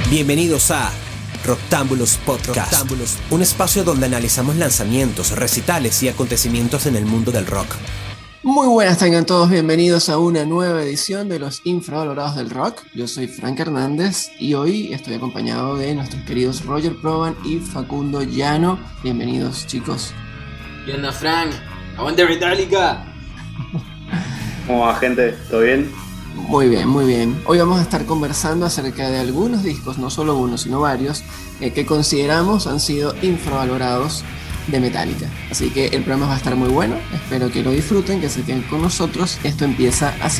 Bienvenidos a Roctámbulos Podcast, un espacio donde analizamos lanzamientos, recitales y acontecimientos en el mundo del rock. Muy buenas, tengan todos bienvenidos a una nueva edición de Los Infravalorados del Rock. Yo soy Frank Hernández y hoy estoy acompañado de nuestros queridos Roger Proban y Facundo Llano. Bienvenidos, chicos. ¿Qué onda, Frank? ¡Aguante Metallica! ¿Cómo va, gente? ¿Todo bien? Muy bien, muy bien. Hoy vamos a estar conversando acerca de algunos discos, no solo uno, sino varios, que consideramos han sido infravalorados de Metallica. Así que el programa va a estar muy bueno, espero que lo disfruten, que se queden con nosotros. Esto empieza así.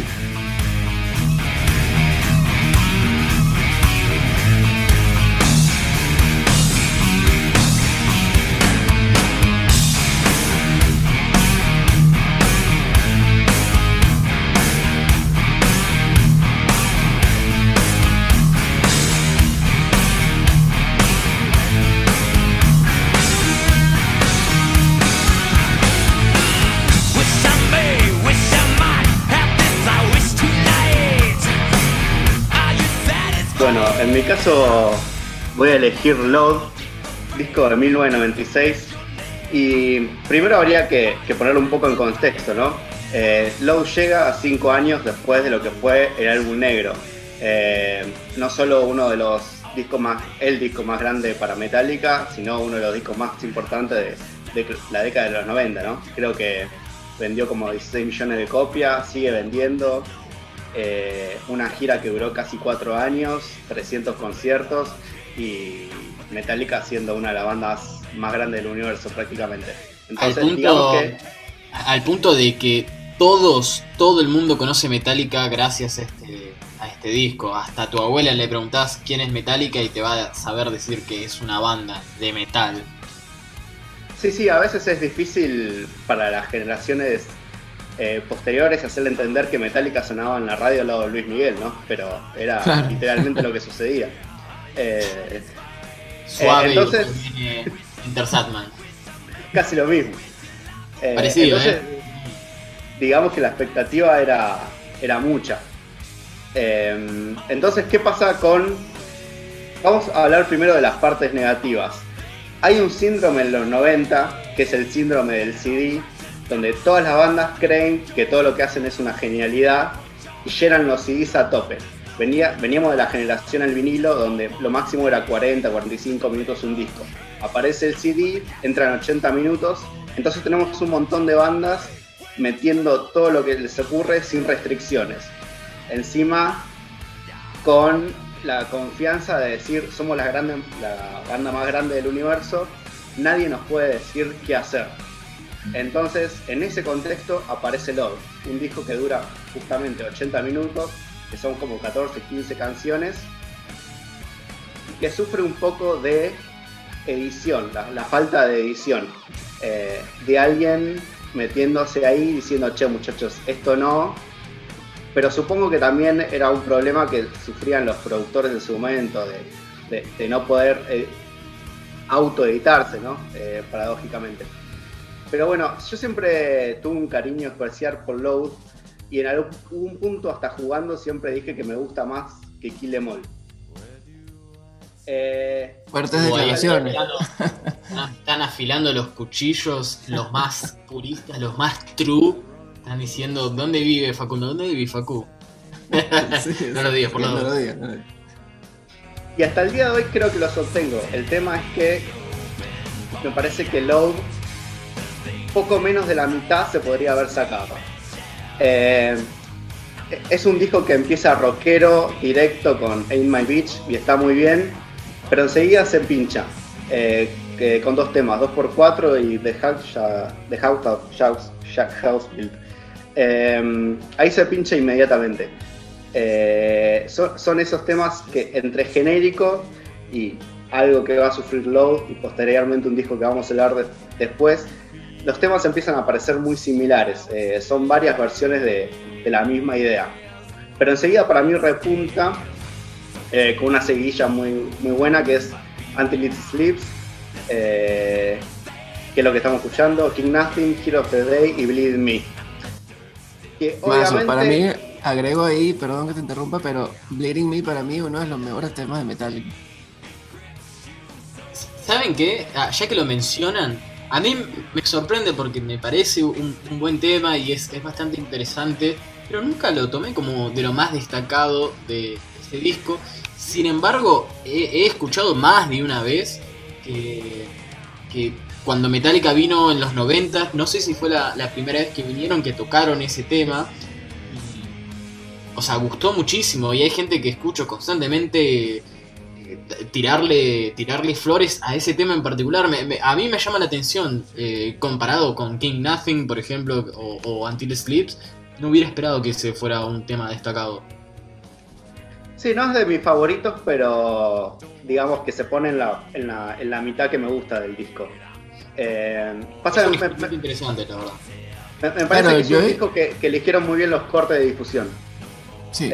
Bueno, en mi caso voy a elegir Load, disco de 1996. Y primero habría que ponerlo un poco en contexto, ¿no? Load llega a 5 años después de lo que fue el álbum negro. No solo uno de los discos el disco más grande para Metallica, sino uno de los discos más importantes de la década de los 90, ¿no? Creo que vendió como 16 millones de copias, sigue vendiendo. Una gira que duró casi 4 años, 300 conciertos y Metallica siendo una de las bandas más grandes del universo prácticamente. Entonces, al punto de que todo el mundo conoce Metallica gracias a este disco. Hasta a tu abuela le preguntás quién es Metallica y te va a saber decir que es una banda de metal. Sí, a veces es difícil para las generaciones posteriores hacerle entender que Metallica sonaba en la radio al lado de Luis Miguel, ¿no? Pero era claro, literalmente lo que sucedía. Suave, entonces, Enter Sandman. Casi lo mismo. Parecido, entonces, digamos que la expectativa era mucha. Entonces, ¿qué pasa con...? Vamos a hablar primero de las partes negativas. Hay un síndrome en los 90, que es el síndrome del CD, donde todas las bandas creen que todo lo que hacen es una genialidad y llenan los CDs a tope. Veníamos de la generación al vinilo, donde lo máximo era 40, 45 minutos un disco. Aparece el CD, entran 80 minutos, entonces tenemos un montón de bandas metiendo todo lo que les ocurre sin restricciones. Encima, con la confianza de decir, somos la banda más grande del universo, nadie nos puede decir qué hacer. Entonces, en ese contexto aparece Load, un disco que dura justamente 80 minutos, que son como 14, 15 canciones, que sufre un poco de edición, la falta de edición, de alguien metiéndose ahí diciendo, che muchachos, esto no, pero supongo que también era un problema que sufrían los productores en su momento, de no poder autoeditarse, ¿no? Paradójicamente. Pero bueno, yo siempre tuve un cariño especial por Load y en algún punto hasta jugando siempre dije que me gusta más que Kill Em All. Fuertes declaraciones. Están afilando los cuchillos, los más puristas, los más true. Están diciendo, ¿dónde vive Facundo? ¿Dónde vive Facu? Sí, no lo digas, por favor. No lo digas. Y hasta el día de hoy creo que lo sostengo. El tema es que me parece que Load poco menos de la mitad se podría haber sacado. Es un disco que empieza rockero, directo con Ain't My Bitch y está muy bien, pero enseguida se pincha con 2 temas, 2x4 y The House Build. Ahí se pincha inmediatamente. Son esos temas que entre genérico y algo que va a sufrir Load y posteriormente un disco que vamos a hablar después, los temas empiezan a parecer muy similares. Son varias versiones de la misma idea. Pero enseguida para mí repunta con una seguidilla muy, muy buena que es Until It Sleeps, que es lo que estamos escuchando, King Nothing, Hero of the Day y Bleed Me. Que obviamente... para mí agrego ahí, perdón que te interrumpa, pero Bleeding Me para mí uno de los mejores temas de Metallica. ¿Saben qué? Ya que lo mencionan, a mí me sorprende porque me parece un buen tema y es bastante interesante, pero nunca lo tomé como de lo más destacado de este disco. Sin embargo, he escuchado más de una vez que cuando Metallica vino en los 90, no sé si fue la primera vez que vinieron que tocaron ese tema. O sea, gustó muchísimo y hay gente que escucho constantemente tirarle flores a ese tema en particular. A mí me llama la atención, comparado con King Nothing, por ejemplo, o Until It Sleeps, no hubiera esperado que ese fuera un tema destacado. Sí, no es de mis favoritos, pero digamos que se pone en la mitad que me gusta del disco. Pasa es que bastante interesante, la verdad. Me parece que es un disco que eligieron muy bien los cortes de difusión. Sí.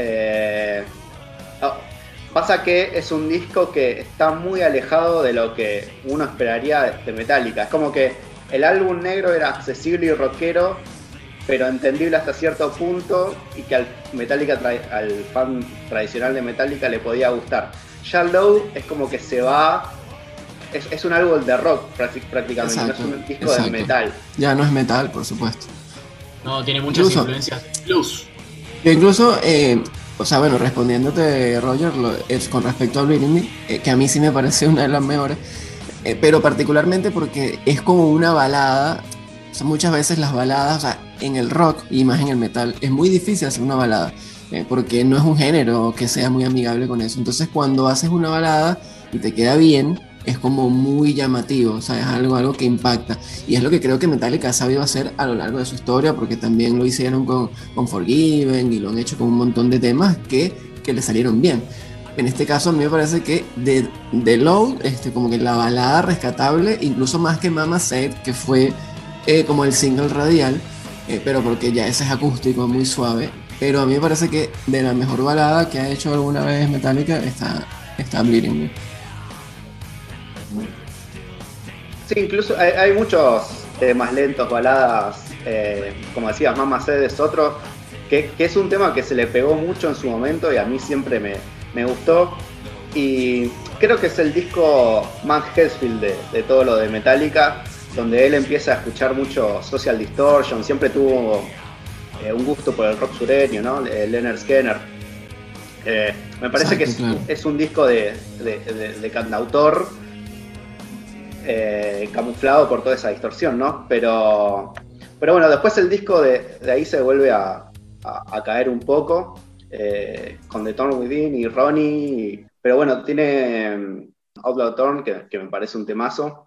Pasa que es un disco que está muy alejado de lo que uno esperaría de Metallica. Es como que el álbum negro era accesible y rockero, pero entendible hasta cierto punto y que al fan tradicional de Metallica le podía gustar. Ya Low es como que se va... Es un álbum de rock prácticamente, exacto, no es un disco de metal. Ya no es metal, por supuesto. No, tiene muchas influencias. Blues. Incluso, o sea, bueno, respondiéndote, Roger, con respecto a Bleeding Me, que a mí sí me parece una de las mejores, pero particularmente porque es como una balada. O sea, muchas veces las baladas, o sea, en el rock y más en el metal, es muy difícil hacer una balada, porque no es un género que sea muy amigable con eso. Entonces, cuando haces una balada y te queda bien, es como muy llamativo, o sea, es algo que impacta. Y es lo que creo que Metallica ha sabido hacer a lo largo de su historia, porque también lo hicieron con Forgiven y lo han hecho con un montón de temas que le salieron bien. En este caso a mí me parece que de Load, como que la balada rescatable, incluso más que Mama Said, que fue como el single radial, pero porque ya ese es acústico, muy suave. Pero a mí me parece que de la mejor balada que ha hecho alguna vez Metallica está Bleeding Me. Sí, incluso hay muchos temas lentos, baladas, como decías, Mama Said es otro, que es un tema que se le pegó mucho en su momento y a mí siempre me gustó. Y creo que es el disco más Hetfield de todo lo de Metallica, donde él empieza a escuchar mucho Social Distortion, siempre tuvo un gusto por el rock sureño, ¿no? Leonard Skinner. Me parece que es un disco de cantautor, camuflado por toda esa distorsión, ¿no? Pero bueno, después el disco de ahí se vuelve a caer un poco, con The Torn Within y Ronnie, pero bueno, tiene Outlaw Torn, que me parece un temazo.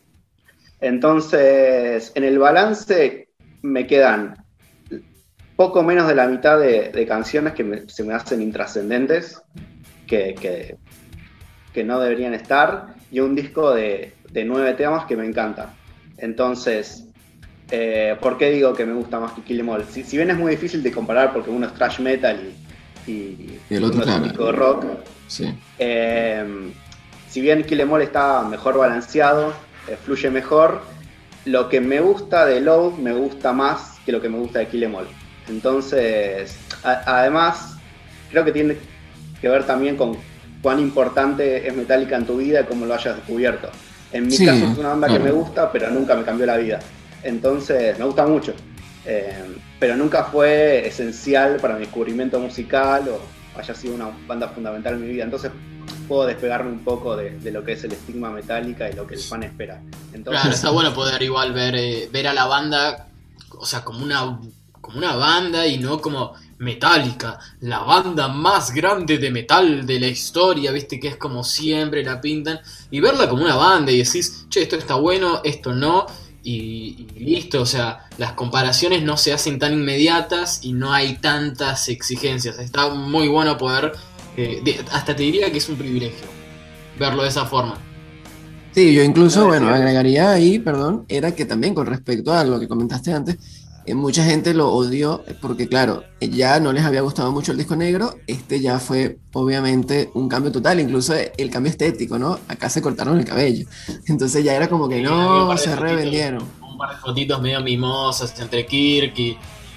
Entonces, en el balance me quedan poco menos de la mitad de canciones que se me hacen intrascendentes, que no deberían estar, y un disco de 9 temas que me encanta. Entonces, ¿por qué digo que me gusta más que Kill 'Em All? Si bien es muy difícil de comparar porque uno es thrash metal y el otro es un disco de rock, sí. Si bien Kill 'Em All está mejor balanceado, fluye mejor, lo que me gusta de Load me gusta más que lo que me gusta de Kill 'Em All. Entonces, además, creo que tiene que ver también con cuán importante es Metallica en tu vida y cómo lo hayas descubierto. En mi caso es una banda que me gusta, pero nunca me cambió la vida. Entonces, me gusta mucho. Pero nunca fue esencial para mi descubrimiento musical o haya sido una banda fundamental en mi vida. Entonces, puedo despegarme un poco de lo que es el estigma Metallica y lo que el fan espera. Entonces, claro, está bueno poder igual ver a la banda, o sea, como una banda y no como Metallica, la banda más grande de metal de la historia, viste, que es como siempre la pintan, y verla como una banda y decís, che, esto está bueno, esto no, y listo. O sea, las comparaciones no se hacen tan inmediatas y no hay tantas exigencias. Está muy bueno poder, hasta te diría que es un privilegio verlo de esa forma. Sí, yo incluso, bueno, agregaría ahí, era que también con respecto a lo que comentaste antes, mucha gente lo odió porque, claro, ya no les había gustado mucho el disco negro. Ya fue, obviamente, un cambio total, incluso el cambio estético, ¿no? Acá se cortaron el cabello. Entonces ya era como que no, se revendieron. Un par de fotitos medio mimosas entre Kirk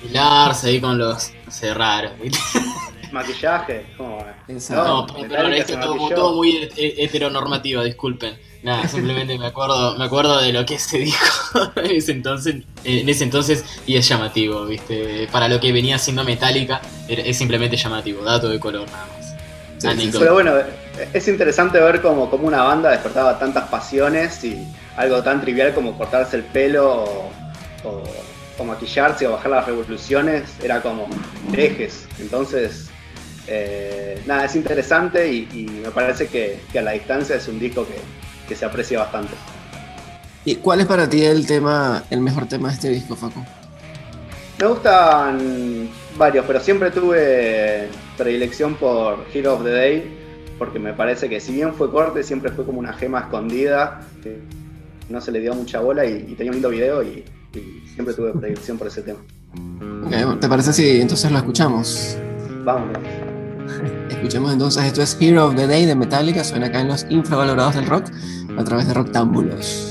Pilarse ahí con los, no sé, raros. Maquillaje, ¿cómo va? Exacto. No, perdón, Metallica esto se todo, maquilló. todo muy heteronormativa, disculpen. Nada, simplemente me acuerdo de lo que se dijo en ese entonces y es llamativo, ¿viste? Para lo que venía siendo Metallica, es simplemente llamativo, dato de color nada más. Sí, Anécdota. Pero bueno, es interesante ver cómo una banda despertaba tantas pasiones y algo tan trivial como cortarse el pelo o maquillarse o bajar las revoluciones era como ejes. Entonces, nada, es interesante y me parece que a la distancia es un disco que se aprecia bastante. ¿Y cuál es para ti el mejor tema de este disco, Facu? Me gustan varios, pero siempre tuve predilección por Hero of the Day, porque me parece que si bien fue corte, siempre fue como una gema escondida, que no se le dio mucha bola y tenía un lindo video y siempre tuve predilección por ese tema. Okay, ¿te parece si entonces lo escuchamos? Vámonos. Escuchemos entonces, esto es Hero of the Day de Metallica, suena acá en los infravalorados del rock, a través de Rocktámbulos.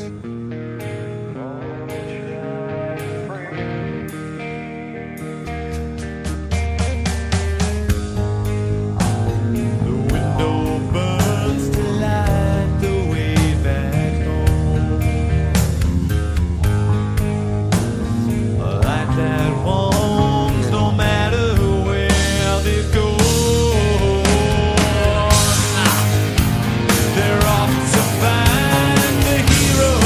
They're off to find the hero.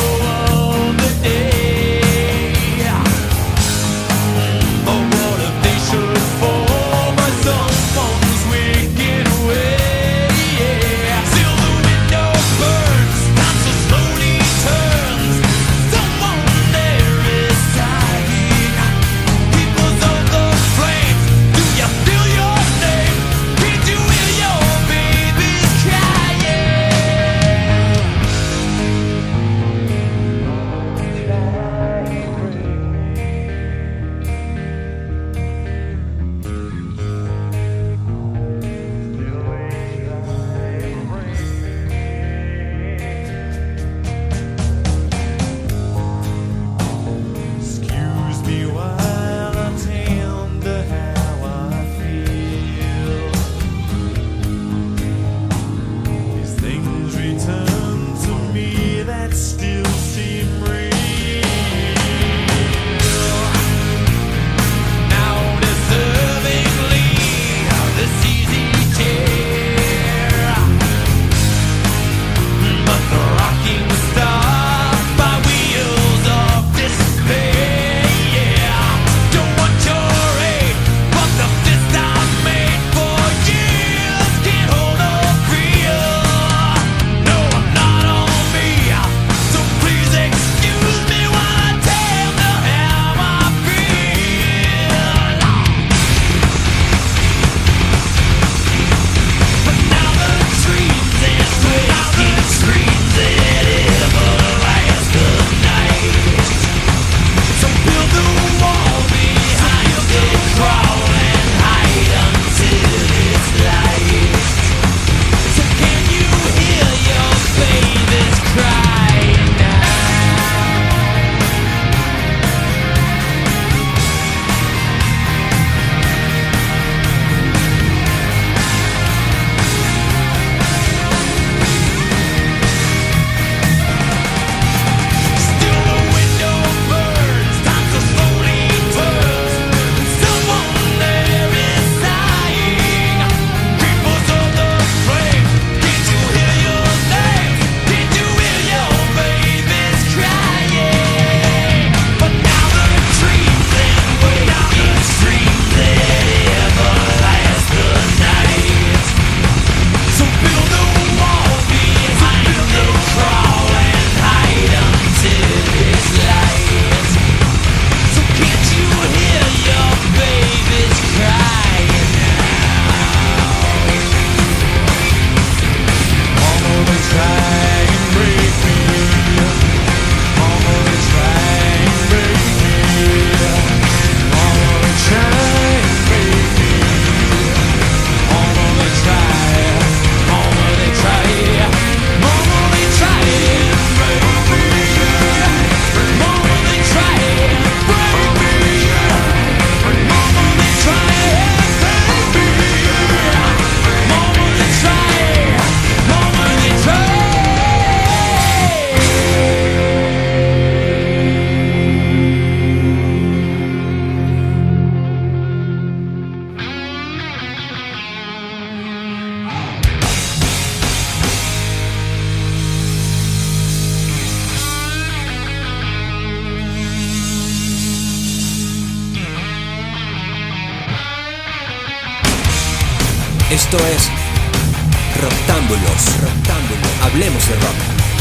Esto es Roctámbulos. Hablemos de rock.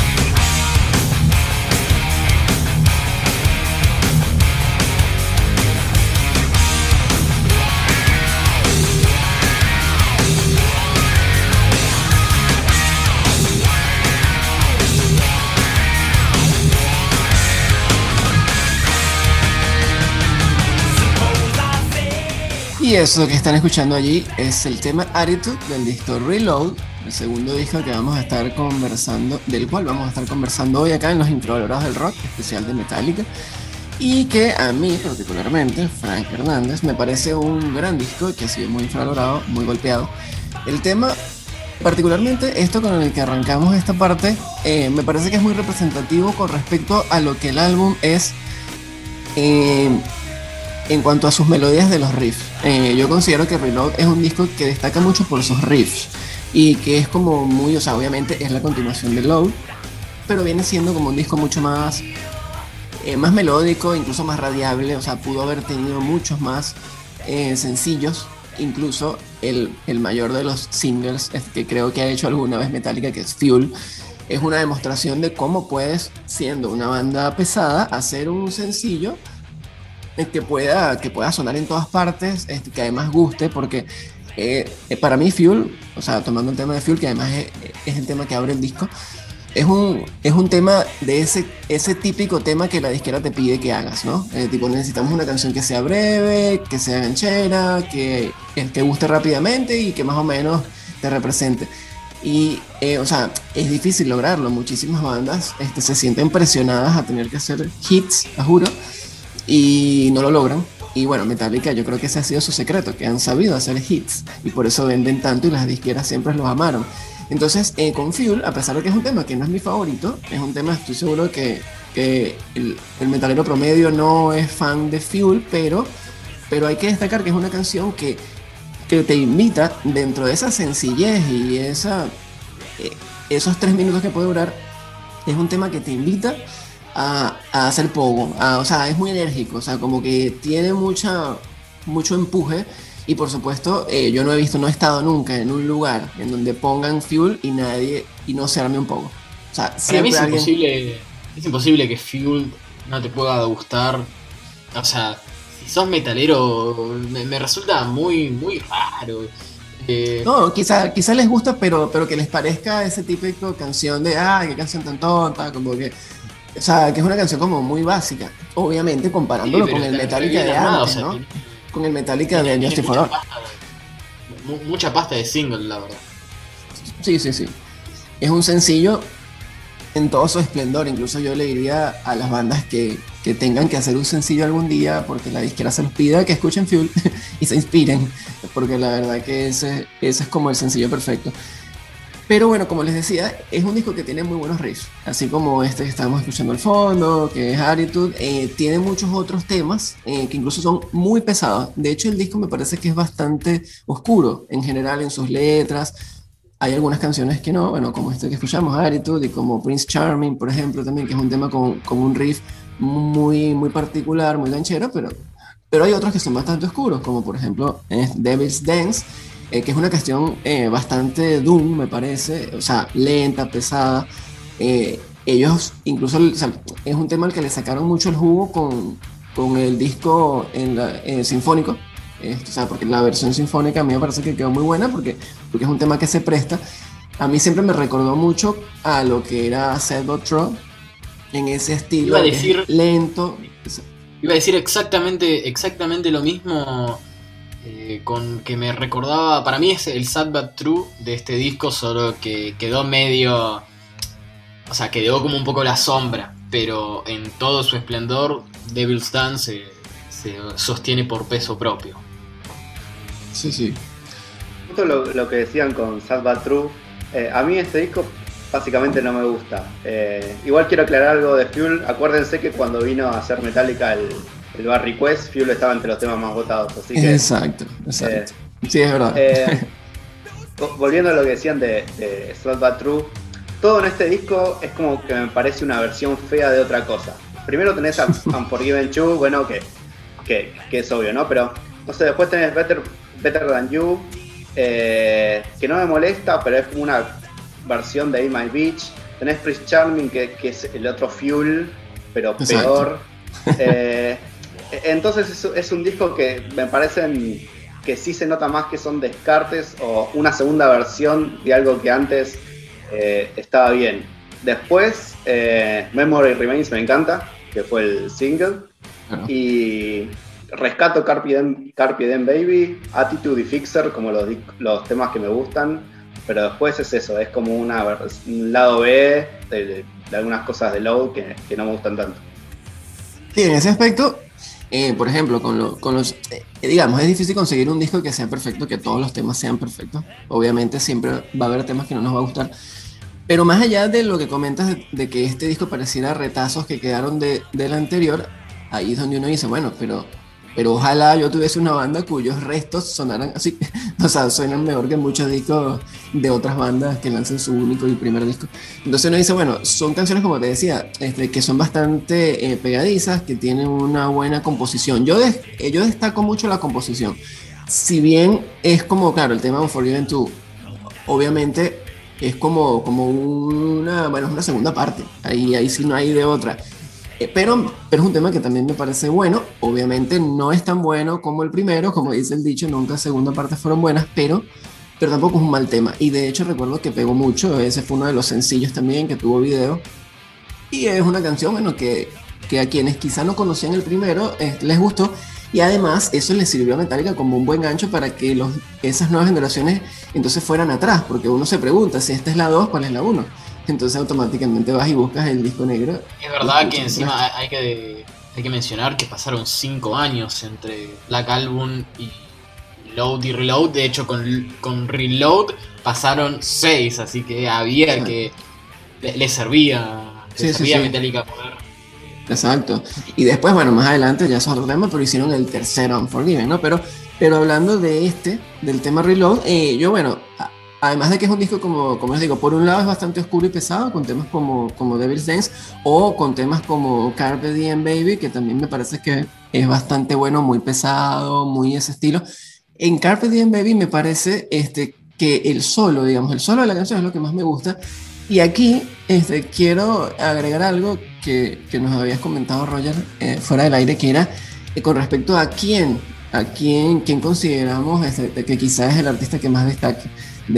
Y eso que están escuchando allí es el tema Attitude del disco Reload, el segundo disco que vamos a estar conversando, del cual vamos a estar conversando hoy acá en los Infravalorados del Rock, especial de Metallica, y que a mí particularmente, Frank Hernández, me parece un gran disco que ha sido muy infravalorado, muy golpeado. El tema, particularmente esto con el que arrancamos esta parte, me parece que es muy representativo con respecto a lo que el álbum es en cuanto a sus melodías de los riffs. Yo considero que Reload es un disco que destaca mucho por sus riffs y que es como muy, o sea, obviamente es la continuación de Load, pero viene siendo como un disco mucho más melódico, incluso más radiable. O sea, pudo haber tenido muchos más sencillos, incluso el mayor de los singles que creo que ha hecho alguna vez Metallica, que es Fuel, es una demostración de cómo puedes, siendo una banda pesada, hacer un sencillo que pueda sonar en todas partes, que además guste, porque para mí Fuel, o sea, tomando el tema de Fuel, que además es el tema que abre el disco, es un tema de ese típico tema que la disquera te pide que hagas, ¿no? Tipo, necesitamos una canción que sea breve, que sea ganchera, que guste rápidamente y que más o menos te represente. Y, o sea, es difícil lograrlo. Muchísimas bandas se sienten presionadas a tener que hacer hits, a juro, y no lo logran. Y bueno, Metallica, yo creo que ese ha sido su secreto, que han sabido hacer hits y por eso venden tanto y las disqueras siempre los amaron. Entonces, con Fuel, a pesar de que es un tema que no es mi favorito, es un tema, estoy seguro que el metalero promedio no es fan de Fuel, pero hay que destacar que es una canción que te invita, dentro de esa sencillez y esos 3 minutos que puede durar, es un tema que te invita a hacer pogo, o sea, es muy enérgico, o sea, como que tiene mucho empuje. Y por supuesto, yo no he estado nunca en un lugar en donde pongan Fuel y no se arme un poco. O sea, para mí es imposible que Fuel no te pueda gustar. O sea, si sos metalero, me resulta muy, muy raro. No, quizá les gusta, pero que les parezca ese típico canción de qué canción tan tonta, como que, o sea, que es una canción como muy básica, obviamente comparándolo con el Metallica de antes, ¿no? Con el Metallica de Justice for All. Mucha pasta de single, la verdad. Sí. Es un sencillo en todo su esplendor. Incluso yo le diría a las bandas que tengan que hacer un sencillo algún día, porque la disquera se los pida, que escuchen Fuel y se inspiren, porque la verdad que ese es como el sencillo perfecto. Pero bueno, como les decía, es un disco que tiene muy buenos riffs, así como este que estamos escuchando al fondo, que es Attitude. Tiene muchos otros temas que incluso son muy pesados. De hecho, el disco me parece que es bastante oscuro en general en sus letras. Hay algunas canciones que no, bueno, como este que escuchamos, Attitude, y como Prince Charming, por ejemplo, también, que es un tema con un riff muy, muy particular, muy ganchero, pero hay otros que son bastante oscuros, como por ejemplo Devil's Dance, que es una canción bastante doom, me parece, o sea, lenta, pesada. Ellos incluso, o sea, es un tema al que le sacaron mucho el jugo con el disco sinfónico, o sea, porque la versión sinfónica a mí me parece que quedó muy buena, porque es un tema que se presta. A mí siempre me recordó mucho a lo que era Sad But True, en ese estilo lento. Iba a decir exactamente lo mismo. Con que me recordaba, para mí es el Sad But True de este disco, solo que quedó medio, o sea, quedó como un poco la sombra, pero en todo su esplendor Devil's Dance se sostiene por peso propio. Sí. Justo lo que decían con Sad But True, a mí este disco básicamente no me gusta. Igual quiero aclarar algo de Fuel. Acuérdense que cuando vino a hacer Metallica el Bar Request, Fuel estaba entre los temas más votados, así que... Exacto. Sí, es verdad. Volviendo a lo que decían de Sad But True, todo en este disco es como que me parece una versión fea de otra cosa. Primero tenés a Unforgiven 2, bueno, que es obvio, ¿no? Pero, no sé, después tenés Better Than You, que no me molesta, pero es como una versión de In My Beach. Tenés Prince Charming, que es el otro Fuel, pero Exacto. peor. Entonces es un disco que me parecen que sí se nota más que son descartes o una segunda versión de algo que antes estaba bien. Después, Memory Remains me encanta, que fue el single. Claro. Y rescato Carpe Diem Baby, Attitude y Fixer como los temas que me gustan. Pero después es eso, es como un lado B de algunas cosas de Load que no me gustan tanto. Sí, en ese aspecto, por ejemplo, con los digamos, es difícil conseguir un disco que sea perfecto, que todos los temas sean perfectos. Obviamente siempre va a haber temas que no nos va a gustar. Pero más allá de lo que comentas de que este disco pareciera retazos que quedaron del anterior, ahí es donde uno dice, bueno, pero ojalá yo tuviese una banda cuyos restos sonaran así. O sea, suenan mejor que muchos discos de otras bandas que lancen su único y primer disco. Entonces uno dice, bueno, son canciones, como te decía, que son bastante pegadizas, que tienen una buena composición. Yo destaco mucho la composición. Si bien es como, claro, el tema Unforgiven 2, obviamente es como una segunda parte. Ahí sí no hay de otra. Pero es un tema que también me parece bueno. Obviamente no es tan bueno como el primero, como dice el dicho, nunca segunda parte fueron buenas, pero tampoco es un mal tema. Y de hecho recuerdo que pegó mucho, ese fue uno de los sencillos también que tuvo video. Y es una canción, bueno, que a quienes quizá no conocían el primero les gustó. Y además eso les sirvió a Metallica como un buen gancho para que esas nuevas generaciones entonces fueran atrás, porque uno se pregunta, si esta es la 2, ¿cuál es la 1? Entonces automáticamente vas y buscas el disco negro. Es verdad que encima hay que mencionar que pasaron 5 años entre Black Album y Load y Reload. De hecho, con Reload pasaron 6, así que había que le servía a Metallica poder. Exacto. Y después, bueno, más adelante ya es otro tema, pero hicieron el tercero Unforgiven, ¿no? Pero hablando del tema Reload, yo, bueno, además de que es un disco, como les digo, por un lado es bastante oscuro y pesado, con temas como Devil's Dance, o con temas como Carpe Diem Baby, que también me parece que es bastante bueno, muy pesado, muy ese estilo. En Carpe Diem Baby me parece que el solo de la canción es lo que más me gusta. Y aquí quiero agregar algo que nos habías comentado, Roger, fuera del aire, que era con respecto a quién consideramos que quizás es el artista que más destaque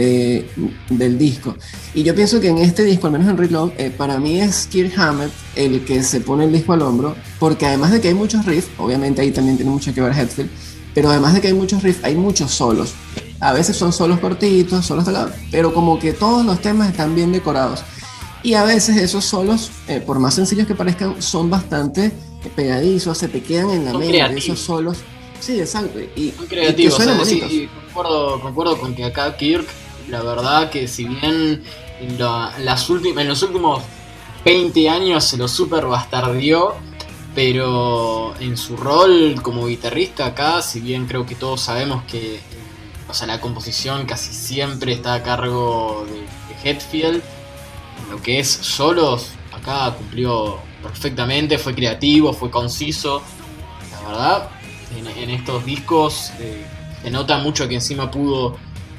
del disco. Y yo pienso que en este disco, al menos en Reload, para mí es Kirk Hammett el que se pone el disco al hombro, porque además de que hay muchos riffs, obviamente ahí también tiene mucho que ver Hetfield, pero además de que hay muchos riffs, hay muchos solos. A veces son solos cortitos, solos talados, pero como que todos los temas están bien decorados. Y a veces esos solos, por más sencillos que parezcan, son bastante pegadizos, se te quedan en la mente, creativos. Esos solos. Sí, exacto. Y muy creativos. Sí, concuerdo con que acá Kirk, la verdad que si bien en los últimos 20 años se lo super bastardeó, pero en su rol como guitarrista acá, si bien creo que todos sabemos que la composición casi siempre está a cargo de Hetfield, en lo que es solos, acá cumplió perfectamente, fue creativo, fue conciso. La verdad, en estos discos se nota mucho que encima pudo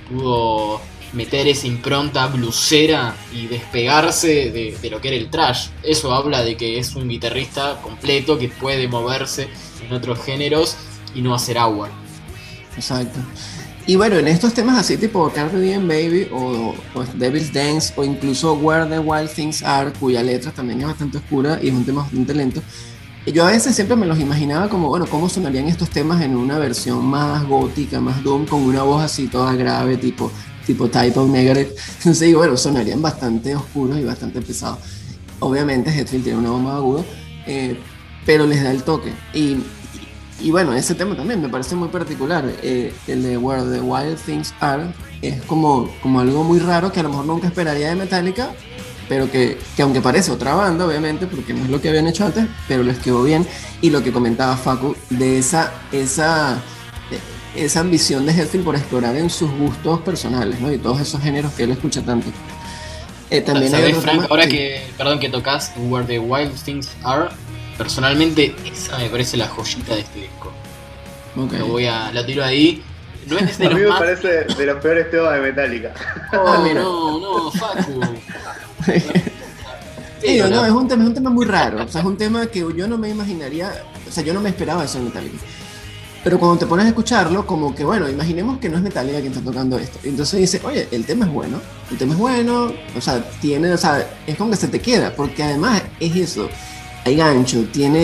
meter esa impronta bluesera y despegarse de lo que era el thrash. Eso habla de que es un guitarrista completo que puede moverse en otros géneros y no hacer agua. Exacto. Y bueno, en estos temas así tipo Carpe Diem Baby o Devil's Dance o incluso Where the Wild Things Are, cuya letra también es bastante oscura y es un tema bastante lento, yo a veces siempre me los imaginaba como, bueno, cómo sonarían estos temas en una versión más gótica, más doom, con una voz así toda grave, tipo Type of Negative. Entonces digo, bueno, sonarían bastante oscuros y bastante pesados. Obviamente Hetfield tiene una voz más aguda, pero les da el toque. Y bueno, ese tema también me parece muy particular. El de Where the Wild Things Are es como algo muy raro que a lo mejor nunca esperaría de Metallica, pero que aunque parece otra banda, obviamente, porque no es lo que habían hecho antes, pero les quedó bien. Y lo que comentaba Facu, de esa ambición de Hetfield por explorar en sus gustos personales, ¿no? Y todos esos géneros que él escucha tanto. También ¿sabes, Frank? Ahora que tocas Where the Wild Things Are, personalmente esa me parece la joyita de este disco. Okay. La tiro ahí. No es de A mí los me más... parece de los peores temas de Metallica. Oh, mira. no, Facu. Sí, no, es un tema muy raro. O sea, es un tema que yo no me imaginaría, o sea, yo no me esperaba eso en Metallica. Pero cuando te pones a escucharlo, como que, bueno, imaginemos que no es Metallica quien está tocando esto. Entonces dices, oye, el tema es bueno, o sea, es como que se te queda, porque además es eso, hay gancho,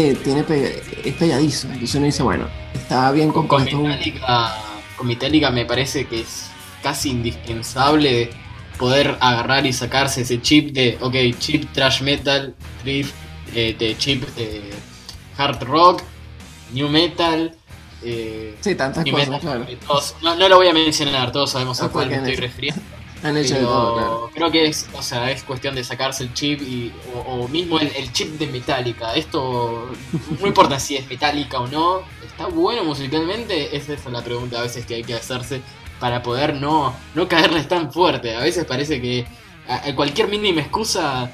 es pegadizo. Entonces uno dice, bueno, está bien compuesto. Con Metallica me parece que es casi indispensable poder agarrar y sacarse ese chip de, ok, chip thrash metal, de chip hard rock, new metal. Sí, tantas new cosas, metal, claro. no lo voy a mencionar, todos sabemos a cuál me porque estoy refiriendo. Han hecho de Pero todo, claro. creo que es cuestión de sacarse el chip o mismo el chip de Metallica. Esto no importa si es Metallica o no, está bueno musicalmente. Esa es la pregunta a veces que hay que hacerse para poder no caerles tan fuerte. A veces parece que cualquier mínima excusa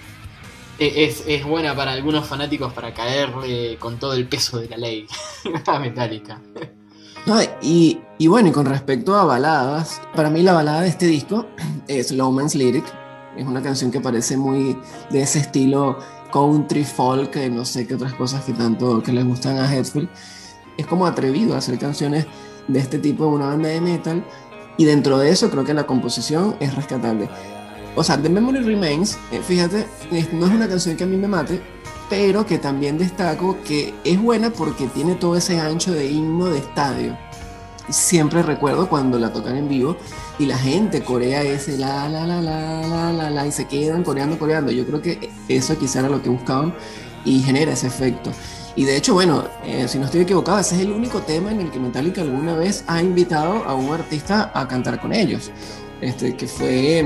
es buena para algunos fanáticos para caerle con todo el peso de la ley a Metallica. No, y bueno, y con respecto a baladas, para mí la balada de este disco es Low Man's Lyric. Es una canción que parece muy de ese estilo country, folk, no sé qué otras cosas que les gustan a Hetfield. Es como atrevido a hacer canciones de este tipo en una banda de metal, y dentro de eso creo que la composición es rescatable. O sea, The Memory Remains, fíjate, no es una canción que a mí me mate, pero que también destaco que es buena porque tiene todo ese ancho de himno de estadio. Siempre recuerdo cuando la tocan en vivo y la gente corea ese la la la la la la la y se quedan coreando. Yo creo que eso quizá era lo que buscaban y genera ese efecto. Y de hecho, bueno, si no estoy equivocado, ese es el único tema en el que Metallica alguna vez ha invitado a un artista a cantar con ellos. Que fue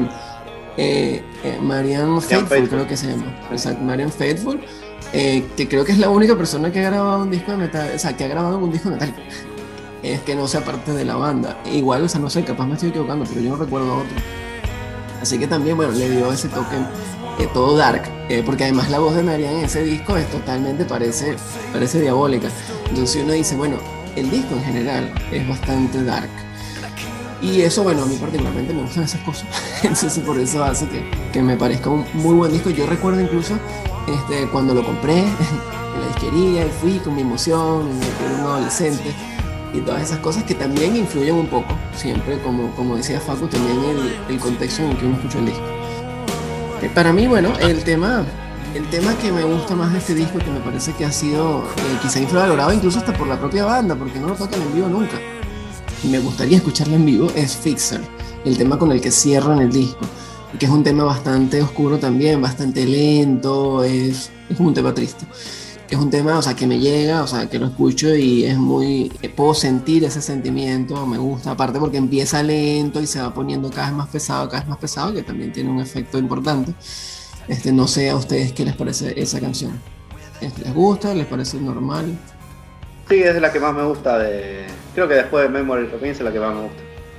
Marianne Faithfull, creo que se llama. Exacto, Marianne Faithfull. Que creo que es la única persona que ha grabado un disco de metal, o sea, que ha grabado un disco de metal, es que no sea parte de la banda. Igual, o sea, no sé, capaz me estoy equivocando, pero yo no recuerdo a otro. Así que también, bueno, le dio ese toque todo dark, porque además la voz de Marianne en ese disco es totalmente, parece diabólica. Entonces uno dice, bueno, el disco en general es bastante dark. Y eso, bueno, a mí particularmente me gustan esas cosas. Entonces por eso hace que me parezca un muy buen disco. Yo recuerdo incluso cuando lo compré en la disquería, fui con mi emoción, era un adolescente, y todas esas cosas que también influyen un poco, siempre, como decía Facu, también el contexto en el que uno escucha el disco. Para mí, bueno, el tema que me gusta más de este disco, que me parece que ha sido quizá infravalorado incluso hasta por la propia banda, porque no lo tocan en vivo nunca, y me gustaría escucharlo en vivo, es Fixer, el tema con el que cierran el disco, que es un tema bastante oscuro también, bastante lento, es como un tema triste. Es un tema, o sea, que me llega, o sea, que lo escucho y es muy... puedo sentir ese sentimiento, me gusta, aparte porque empieza lento y se va poniendo cada vez más pesado, que también tiene un efecto importante. No sé a ustedes qué les parece esa canción. ¿Les gusta? ¿Les parece normal? Sí, es la que más me gusta creo que después de Memory Remains es la que más me gusta.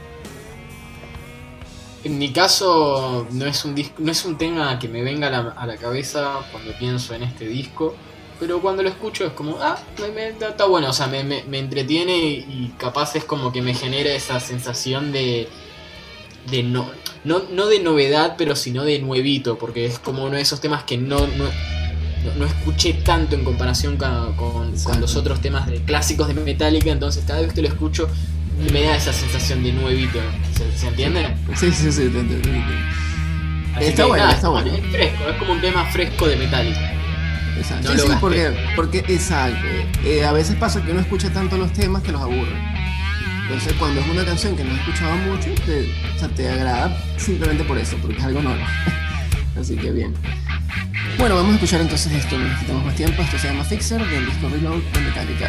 En mi caso, no es un tema que me venga a la cabeza cuando pienso en este disco, pero cuando lo escucho es como, está bueno, o sea, me entretiene y capaz es como que me genera esa sensación de no de novedad, pero sino de nuevito, porque es como uno de esos temas que no escuché tanto en comparación con los otros temas de clásicos de Metallica, entonces cada vez que lo escucho me da esa sensación de nuevito. ¿Se entiende? Sí, te entiendo. Está bueno. Es fresco, es como un tema fresco de Metallica. Exacto. No sí, porque exacto. A veces pasa que uno escucha tanto los temas que los aburre. Entonces cuando es una canción que no has escuchado mucho, te agrada simplemente por eso, porque es algo nuevo. Así que bien. Bueno, vamos a escuchar entonces esto, no necesitamos más tiempo. Esto se llama Fixer, del disco Reload de Metallica.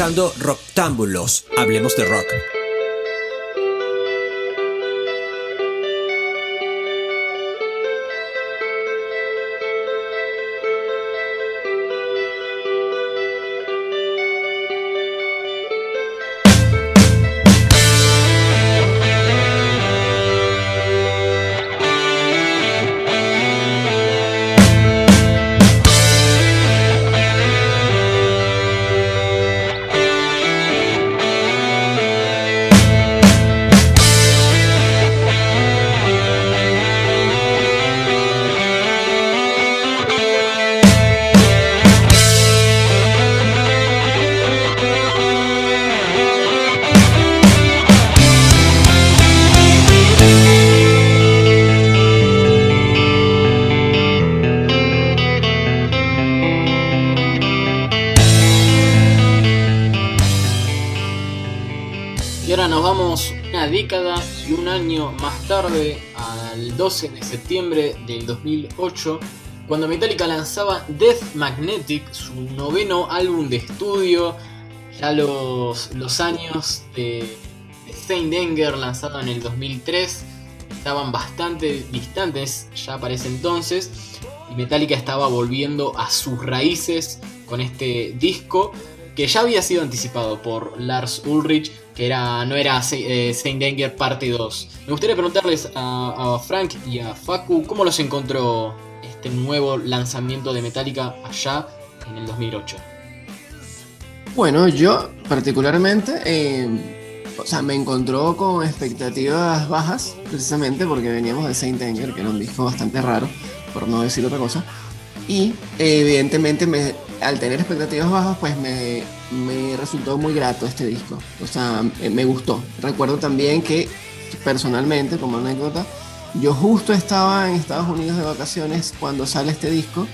escuchando Rocktámbulos, hablemos de rock. Década y un año más tarde, al 12 de septiembre del 2008, cuando Metallica lanzaba Death Magnetic, su noveno álbum de estudio. Ya los años de Saint Anger, lanzado en el 2003, estaban bastante distantes ya para ese entonces, y Metallica estaba volviendo a sus raíces con este disco que ya había sido anticipado por Lars Ulrich, que no era Saint Anger parte 2. Me gustaría preguntarles a Frank y a Facu cómo los encontró este nuevo lanzamiento de Metallica allá en el 2008. Bueno, yo particularmente, me encontró con expectativas bajas, precisamente porque veníamos de Saint Anger, que era un disco bastante raro, por no decir otra cosa. Y evidentemente al tener expectativas bajas, pues me resultó muy grato este disco. O sea, me gustó. Recuerdo también que personalmente, como anécdota, yo justo estaba en Estados Unidos de vacaciones cuando sale este disco,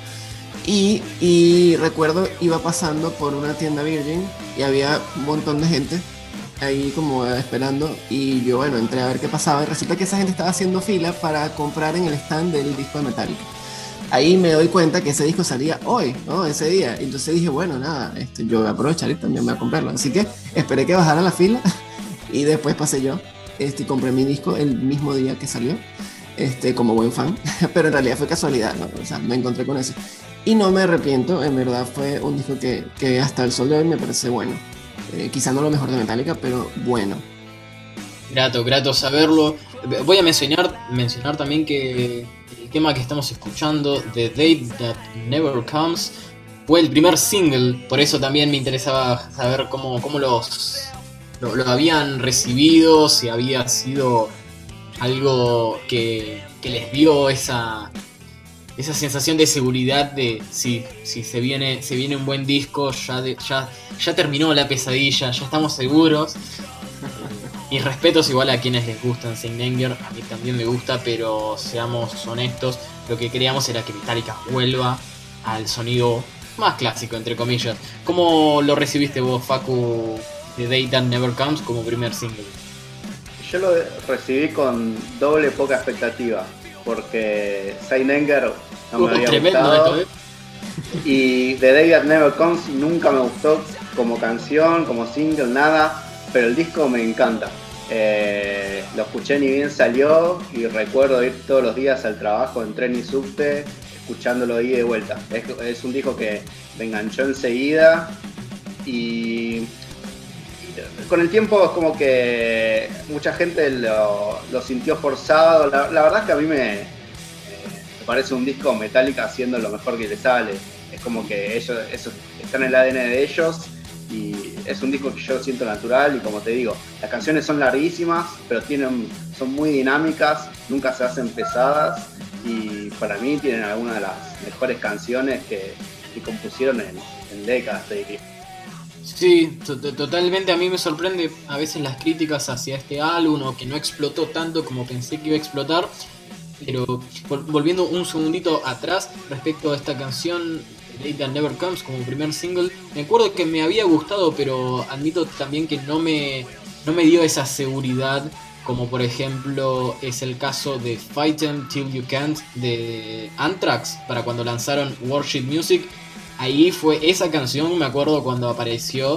y recuerdo iba pasando por una tienda Virgin y había un montón de gente ahí como esperando, y yo entré a ver qué pasaba, y resulta que esa gente estaba haciendo fila para comprar en el stand del disco de Metallica. Ahí me doy cuenta que ese disco salía hoy, ¿no? Ese día. Entonces dije, bueno, nada, yo voy a aprovechar y también voy a comprarlo. Así que esperé que bajara la fila y después pasé yo. Y compré mi disco el mismo día que salió, como buen fan. Pero en realidad fue casualidad, ¿no? O sea, me encontré con eso. Y no me arrepiento, en verdad fue un disco que hasta el sol de hoy me parece bueno. Quizá no lo mejor de Metallica, pero bueno. Grato saberlo. Voy a mencionar también que el tema que estamos escuchando, The Day That Never Comes, fue el primer single. Por eso también me interesaba saber cómo lo habían recibido, si había sido algo que les dio esa sensación de seguridad de si se viene un buen disco, ya terminó la pesadilla, ya estamos seguros. Y respetos igual a quienes les gustan Saint Anger, a mí también me gusta, pero seamos honestos, lo que queríamos era que Metallica vuelva al sonido más clásico, entre comillas. ¿Cómo lo recibiste vos, Facu, The Day That Never Comes como primer single? Yo lo recibí con doble poca expectativa, porque Saint Anger no me había gustado, esto, y The Day That Never Comes nunca me gustó como canción, como single, nada. Pero el disco me encanta. Lo escuché ni bien salió y recuerdo ir todos los días al trabajo en tren y subte escuchándolo ida y de vuelta. Es un disco que me enganchó enseguida, y con el tiempo es como que mucha gente lo sintió forzado. La verdad es que a mí me parece un disco Metallica haciendo lo mejor que le sale. Es como que eso está en el ADN de ellos. Y es un disco que yo siento natural, y como te digo, las canciones son larguísimas, pero son muy dinámicas, nunca se hacen pesadas, y para mí tienen algunas de las mejores canciones que compusieron en décadas, te diría. Sí, totalmente. A mí me sorprende a veces las críticas hacia este álbum, o que no explotó tanto como pensé que iba a explotar. Pero volviendo un segundito atrás respecto a esta canción Day That Never Comes como primer single, me acuerdo que me había gustado, pero admito también que no me dio esa seguridad, como por ejemplo es el caso de Fight 'Em Till You Can't de Anthrax, para cuando lanzaron Worship Music. Ahí fue esa canción, me acuerdo cuando apareció,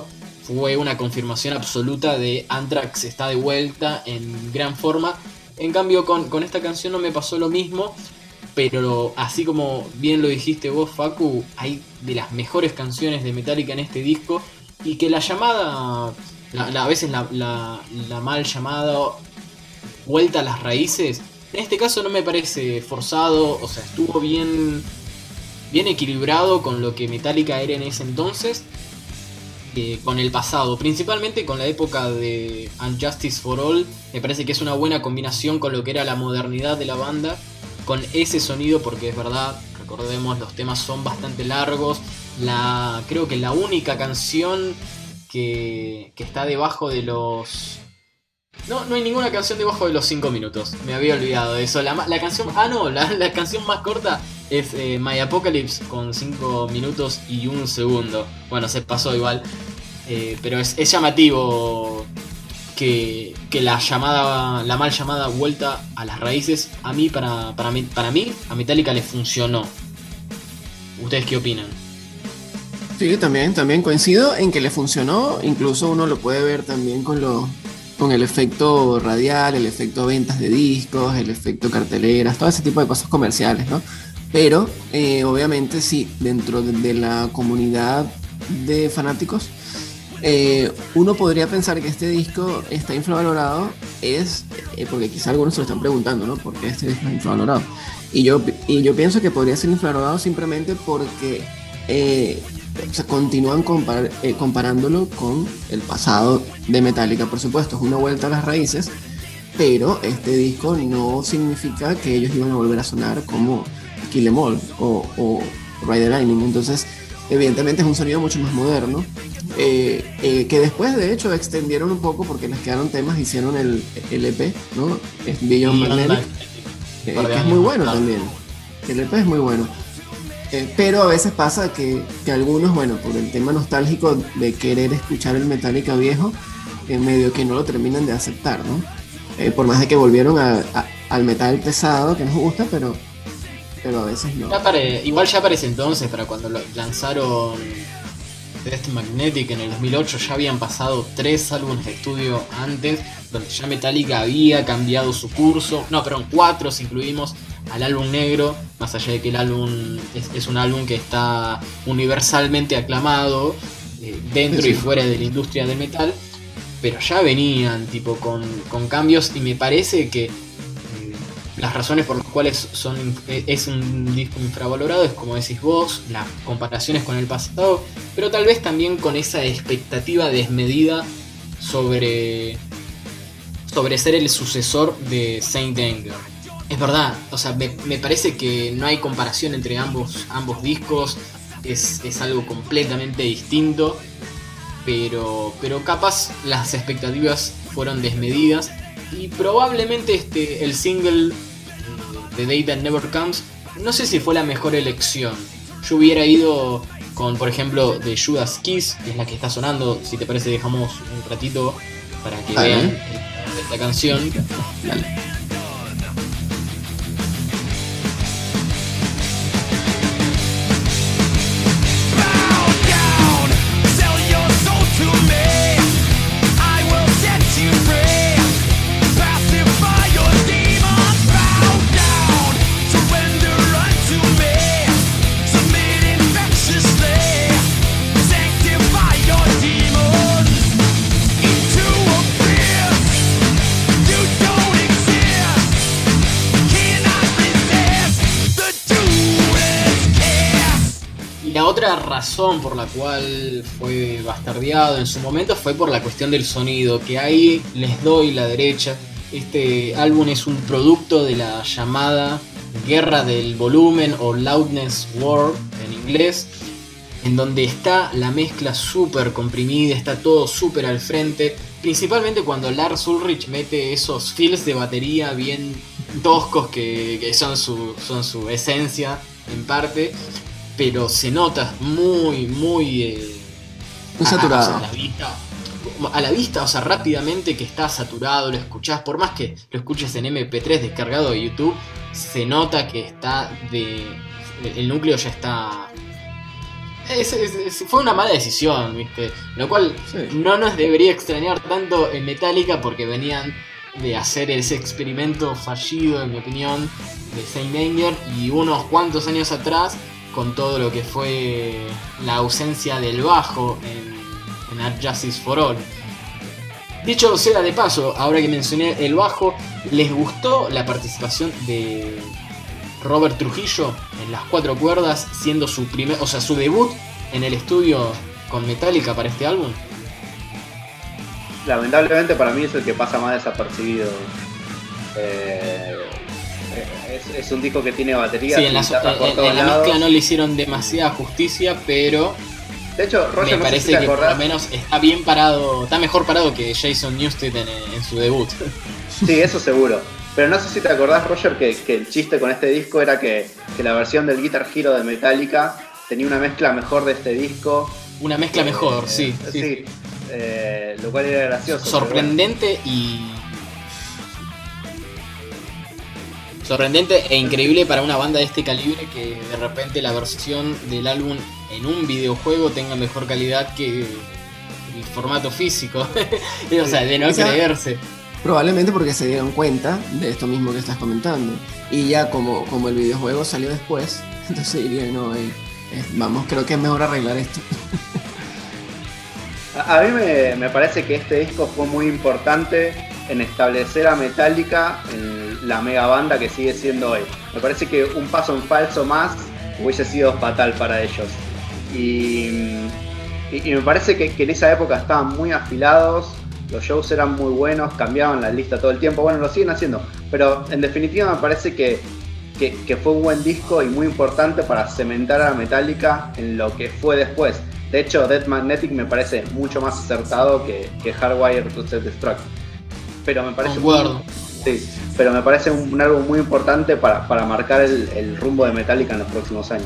fue una confirmación absoluta de Anthrax está de vuelta en gran forma. En cambio con esta canción no me pasó lo mismo, pero así como bien lo dijiste vos, Facu, hay de las mejores canciones de Metallica en este disco, y que la llamada, a veces la mal llamada vuelta a las raíces, en este caso no me parece forzado, o sea, estuvo bien equilibrado con lo que Metallica era en ese entonces, con el pasado, principalmente con la época de Unjustice for All. Me parece que es una buena combinación con lo que era la modernidad de la banda, con ese sonido, porque es verdad, recordemos, los temas son bastante largos. Creo que la única canción que está debajo de los... No hay ninguna canción debajo de los 5 minutos. Me había olvidado de eso. La canción... la canción más corta es My Apocalypse con 5 minutos y 1 segundo. Bueno, se pasó igual. Pero es llamativo que la mal llamada vuelta a las raíces, a mí, para mí, a Metallica le funcionó. ¿Ustedes qué opinan? Sí, también coincido en que le funcionó. Incluso uno lo puede ver también con el efecto radial, el efecto ventas de discos, el efecto carteleras, todo ese tipo de cosas comerciales, ¿no? Pero obviamente sí, dentro de la comunidad de fanáticos, uno podría pensar que este disco está infravalorado, porque quizá algunos se lo están preguntando, ¿no? ¿Por qué este disco es infravalorado? Y yo pienso que podría ser infravalorado simplemente porque continúan comparándolo con el pasado de Metallica. Por supuesto, es una vuelta a las raíces, pero este disco no significa que ellos iban a volver a sonar como Kill 'Em All o Ride the Lightning. Entonces, evidentemente es un sonido mucho más moderno, que después de hecho extendieron un poco porque les quedaron temas, hicieron el EP, ¿no? Es Beyond Magnetic, que es muy bueno también. El EP es muy bueno. Pero a veces pasa que algunos, bueno, por el tema nostálgico de querer escuchar el Metallica viejo, medio que no lo terminan de aceptar, ¿no? Por más de que volvieron al metal pesado que nos gusta, pero a veces no. Igual ya para ese entonces, para cuando lanzaron Death Magnetic en el 2008, ya habían pasado 3 álbumes de estudio antes, donde ya Metallica había cambiado su curso. No, perdón, 4 si incluimos al álbum negro, más allá de que el álbum es un álbum que está universalmente aclamado dentro y fuera de la industria del metal, pero ya venían tipo con cambios, y me parece que las razones por las cuales es un disco infravalorado es, como decís vos, las comparaciones con el pasado, pero tal vez también con esa expectativa desmedida sobre ser el sucesor de Saint Anger. Es verdad, o sea, me parece que no hay comparación entre ambos discos, es algo completamente distinto, pero capaz las expectativas fueron desmedidas, y probablemente el single The Day That Never Comes, no sé si fue la mejor elección. Yo hubiera ido con, por ejemplo, The Judas Kiss, que es la que está sonando. Si te parece, dejamos un ratito para que vean esta canción. Dale. La otra razón por la cual fue bastardeado en su momento fue por la cuestión del sonido, que ahí les doy la derecha. Este álbum es un producto de la llamada guerra del volumen, o Loudness War en inglés, en donde está la mezcla súper comprimida, está todo súper al frente, principalmente cuando Lars Ulrich mete esos fills de batería bien toscos que son su esencia en parte, pero se nota muy saturado. A la vista, o sea, rápidamente que está saturado, lo escuchás, por más que lo escuches en MP3 descargado de YouTube, se nota que el núcleo ya está Fue una mala decisión, ¿viste? Lo cual no nos debería extrañar tanto en Metallica porque venían de hacer ese experimento fallido, en mi opinión, de Saint Anger, y unos cuantos años atrás con todo lo que fue la ausencia del bajo en Art Justice for All. Dicho sea de paso, ahora que mencioné el bajo, ¿les gustó la participación de Robert Trujillo en las 4 cuerdas, siendo su debut en el estudio con Metallica para este álbum? Lamentablemente para mí es el que pasa más desapercibido. Es un disco que tiene batería. Sí, en la mezcla no le hicieron demasiada justicia, pero de hecho, Roger, me parece que por lo menos está bien parado, está mejor parado que Jason Newsted en su debut. Sí, eso seguro. Pero no sé si te acordás, Roger, que el chiste con este disco era que la versión del Guitar Hero de Metallica tenía una mezcla mejor de este disco. Una mezcla mejor, sí. Lo cual era gracioso. Sorprendente Sorprendente e increíble para una banda de este calibre que de repente la versión del álbum en un videojuego tenga mejor calidad que el formato físico. O sea, de no creerse. Probablemente porque se dieron cuenta de esto mismo que estás comentando. Y ya como el videojuego salió después, entonces dirían, no, vamos, creo que es mejor arreglar esto. A mí me parece que este disco fue muy importante en establecer a Metallica en la mega banda que sigue siendo hoy. Me parece que un paso en falso más hubiese sido fatal para ellos. Y me parece que en esa época estaban muy afilados, los shows eran muy buenos, cambiaban la lista todo el tiempo, bueno, lo siguen haciendo, pero en definitiva me parece que fue un buen disco y muy importante para cementar a Metallica en lo que fue después. De hecho, Death Magnetic me parece mucho más acertado que Hardwired to Self-Destruct. Pero me parece pero me parece un álbum muy importante para marcar el rumbo de Metallica en los próximos años.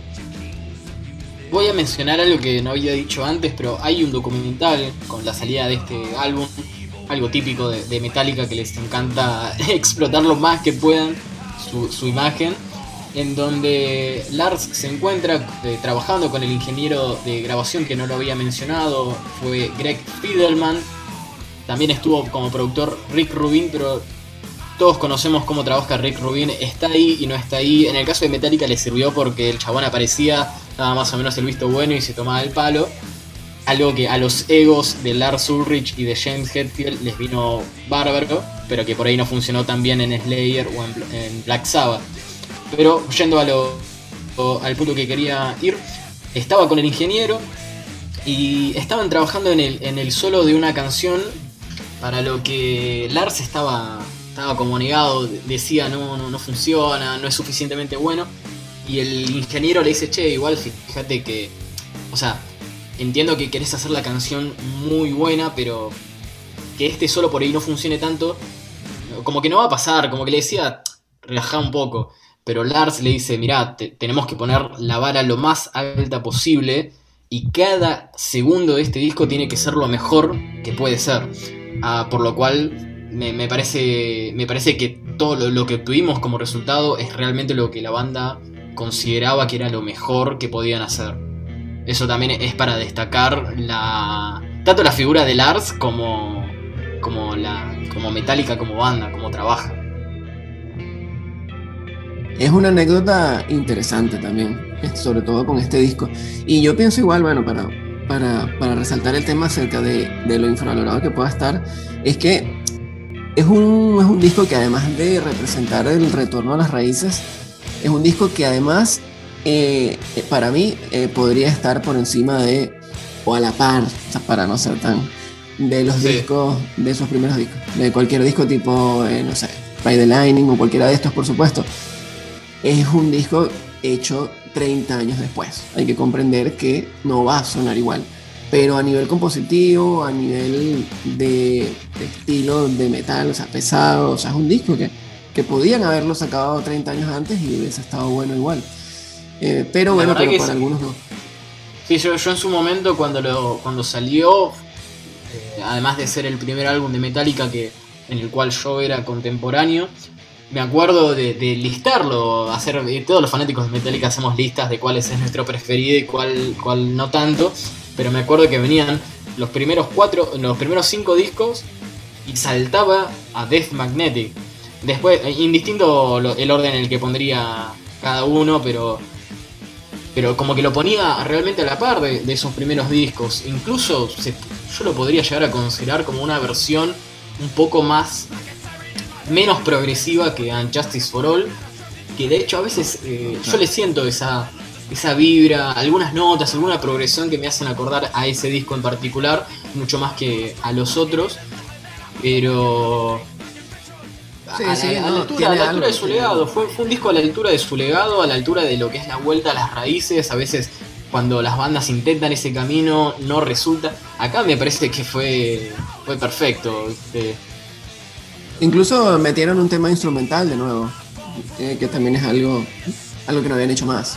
Voy a mencionar algo que no había dicho antes, pero hay un documental con la salida de este álbum, algo típico de Metallica, que les encanta explotar lo más que puedan su imagen, en donde Lars se encuentra trabajando con el ingeniero de grabación que no lo había mencionado, fue Greg Fidelman. También estuvo como productor Rick Rubin, pero todos conocemos cómo trabaja Rick Rubin, está ahí y no está ahí. En el caso de Metallica le sirvió porque el chabón aparecía, daba más o menos el visto bueno y se tomaba el palo. Algo que a los egos de Lars Ulrich y de James Hetfield les vino bárbaro, pero que por ahí no funcionó tan bien en Slayer o en Black Sabbath. Pero yendo al punto que quería ir, estaba con el ingeniero y estaban trabajando en el solo de una canción, para lo que Lars estaba como negado, decía no funciona, no es suficientemente bueno, y el ingeniero le dice, che, igual fíjate que, o sea, entiendo que querés hacer la canción muy buena, pero que este solo por ahí no funcione tanto, como que no va a pasar, como que le decía, relajá un poco. Pero Lars le dice, mirá, tenemos que poner la vara lo más alta posible y cada segundo de este disco tiene que ser lo mejor que puede ser. Por lo cual me parece que todo lo que obtuvimos como resultado es realmente lo que la banda consideraba que era lo mejor que podían hacer. Eso también es para destacar tanto la figura de Lars como Metallica como banda, como trabaja. Es una anécdota interesante también, sobre todo con este disco. Y yo pienso igual, bueno, para resaltar el tema acerca de lo infravalorado que pueda estar, es que es un disco que además de representar el retorno a las raíces, es un disco que además, para mí, podría estar por encima o a la par, o sea, para no ser tan, de los discos, de esos primeros discos, de cualquier disco tipo, no sé, Ride the Lightning o cualquiera de estos, por supuesto. Es un disco hecho 30 años después. Hay que comprender que no va a sonar igual. Pero a nivel compositivo, a nivel de estilo de metal, o sea, pesado, o sea, es un disco que podían haberlo sacado 30 años antes y hubiese estado bueno igual. Pero bueno, pero para algunos no. Sí, yo en su momento cuando salió, además de ser el primer álbum de Metallica en el cual yo era contemporáneo, me acuerdo de listarlo, todos los fanáticos de Metallica hacemos listas de cuál es nuestro preferido y cuál no tanto, pero me acuerdo que venían los primeros 5 discos y saltaba a Death Magnetic. Después, indistinto el orden en el que pondría cada uno, pero como que lo ponía realmente a la par de esos primeros discos. Incluso yo lo podría llegar a considerar como una versión un poco menos progresiva que Unjustice for All, que de hecho a veces yo le siento esa vibra, algunas notas, alguna progresión que me hacen acordar a ese disco en particular, mucho más que a los otros, pero a la altura de su legado, fue un disco a la altura de su legado, a la altura de lo que es la vuelta a las raíces. A veces cuando las bandas intentan ese camino no resulta. Acá me parece que fue perfecto. Incluso metieron un tema instrumental de nuevo, que también es algo que no habían hecho más.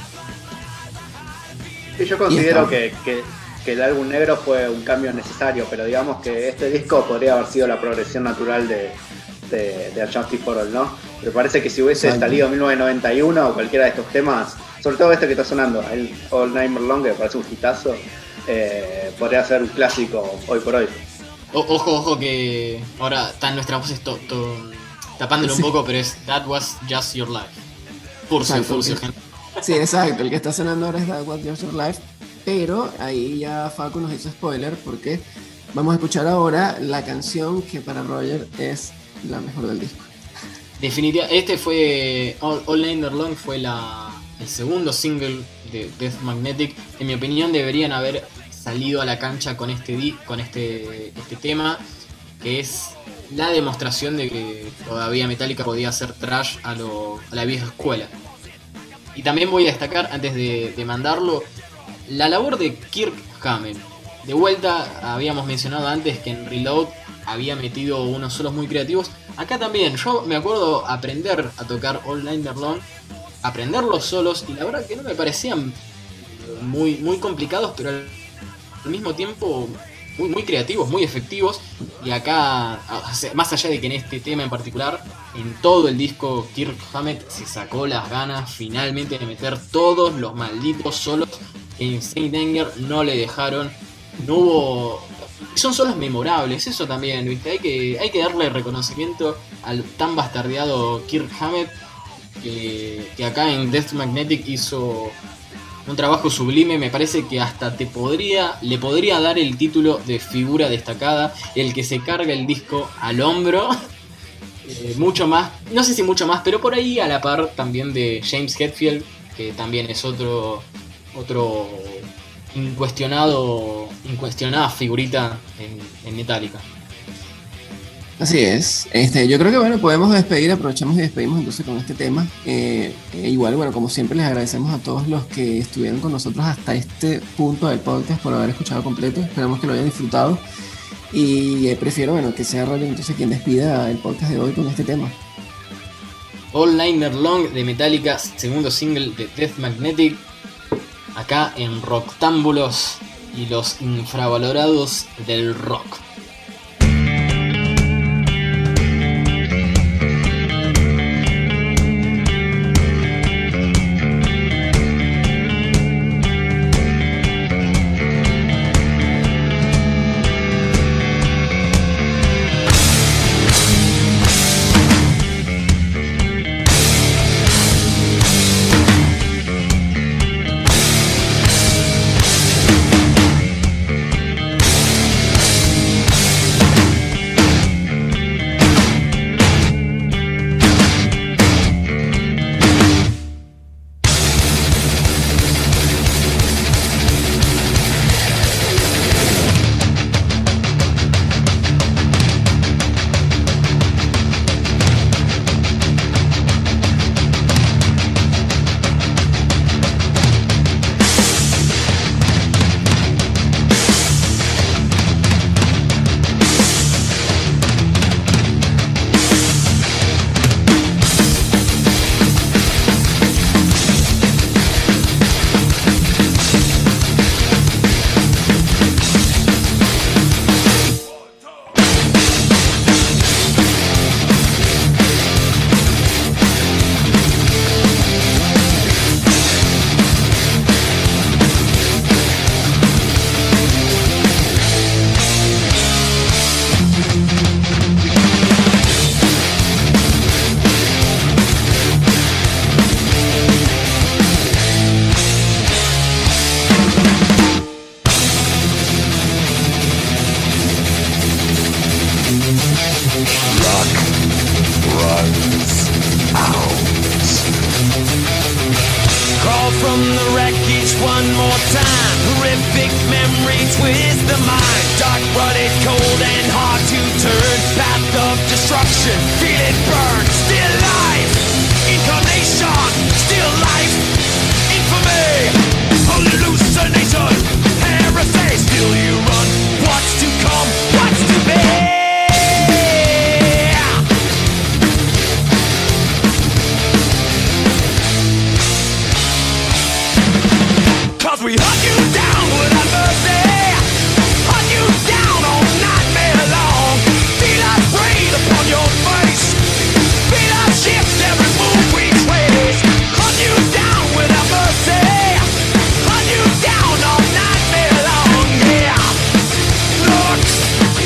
Sí, yo considero que el álbum negro fue un cambio necesario, pero digamos que este disco podría haber sido la progresión natural de Unjustice for All, ¿no? Me parece que si hubiese salido en 1991 o cualquiera de estos temas, sobre todo este que está sonando, el All Night Long, que me parece un hitazo, podría ser un clásico hoy por hoy. Ojo que ahora están nuestras voces tapándolo un poco, pero es That Was Just Your Life. Furcio, gente. Sí, exacto, el que está sonando ahora es That Was Just Your Life, pero ahí ya Facu nos hizo spoiler porque vamos a escuchar ahora la canción que para Roger es la mejor del disco. Definitivamente, este fue All Night Long, fue el segundo single de Death Magnetic. En mi opinión deberían haber salido a la cancha con este tema, que es la demostración de que todavía Metallica podía hacer thrash a la vieja escuela. Y también voy a destacar, antes de mandarlo, la labor de Kirk Hammett. De vuelta, habíamos mencionado antes que en Reload había metido unos solos muy creativos. Acá también, yo me acuerdo aprender a tocar All Night Long, aprender los solos, y la verdad que no me parecían muy, muy complicados, pero al mismo tiempo muy, muy creativos, muy efectivos. Y acá, más allá de que en este tema en particular, en todo el disco Kirk Hammett se sacó las ganas finalmente de meter todos los malditos solos que en Saint Anger no le dejaron. No hubo... Son solos memorables, eso también, ¿viste? Hay que darle reconocimiento al tan bastardeado Kirk Hammett, que acá en Death Magnetic hizo un trabajo sublime. Me parece que hasta le podría dar el título de figura destacada, el que se carga el disco al hombro. Mucho más, no sé si mucho más, pero por ahí a la par también de James Hetfield, que también es otro incuestionada figurita en Metallica. Así es. Yo creo que podemos aprovechamos y despedimos entonces con este tema. Igual, como siempre les agradecemos a todos los que estuvieron con nosotros hasta este punto del podcast por haber escuchado completo. Esperamos que lo hayan disfrutado. Y prefiero, que sea Roger entonces quien despida el podcast de hoy con este tema. All Night Long de Metallica, segundo single de Death Magnetic, acá en Rocktámbulos y los infravalorados del rock. the mind, dark, rutted, cold, and hard to turn. Path of destruction, feel it burn. Still life, incarnation, still life, infamy, hallucination, heresy. Still you run, what's to come, what's to be. Cause we hunt you down without mercy, hunt you down all nightmare long. Feel us breathe upon your face, feel us shift every move we trace. Hunt you down without mercy, hunt you down all nightmare long. Yeah, looks,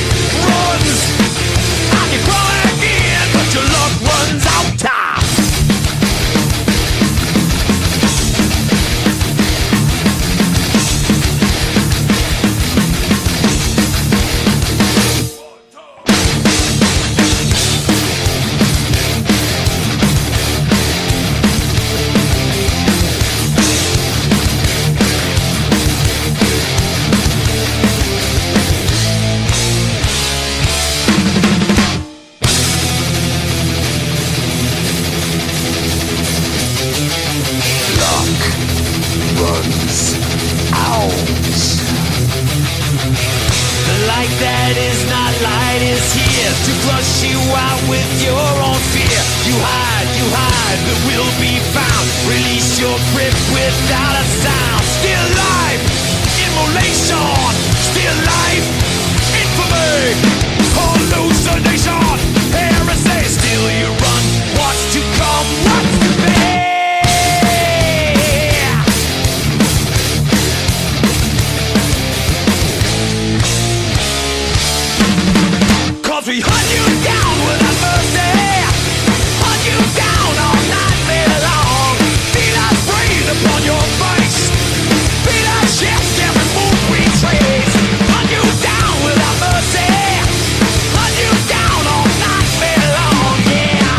runs, and you crawl again, but your luck runs out time. Yeah.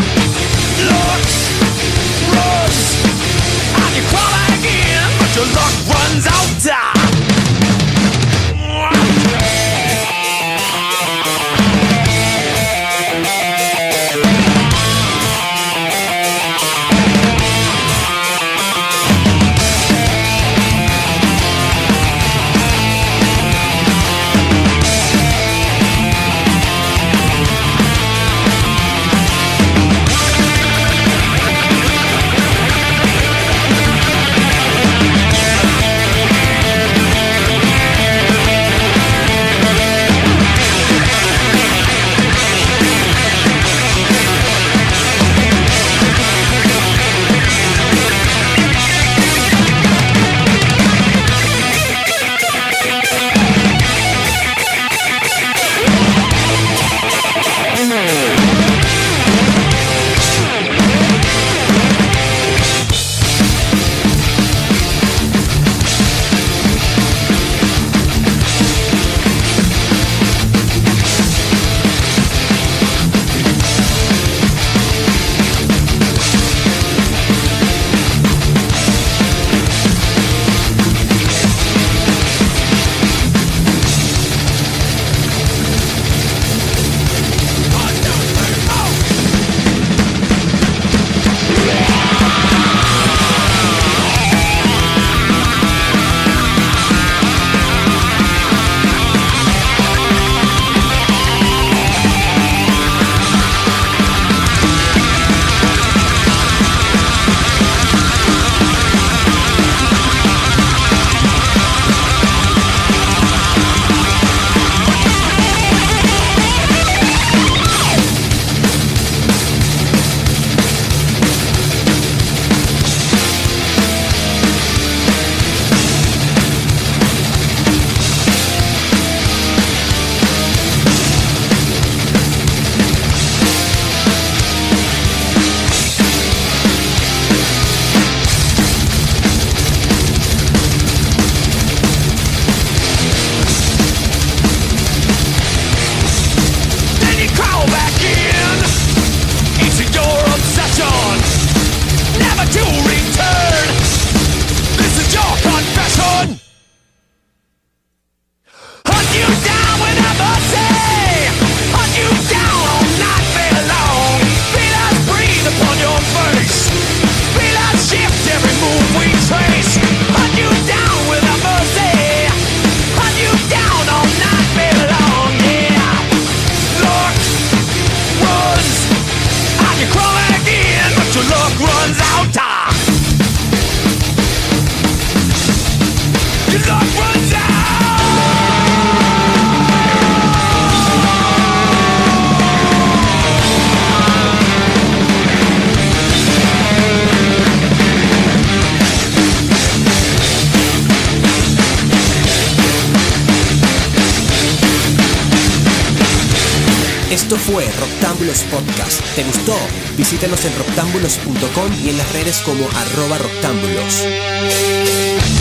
Esto fue Roctámbulos Podcast. ¿Te gustó? Visítanos en roctámbulos.com y en las redes como @roctámbulos.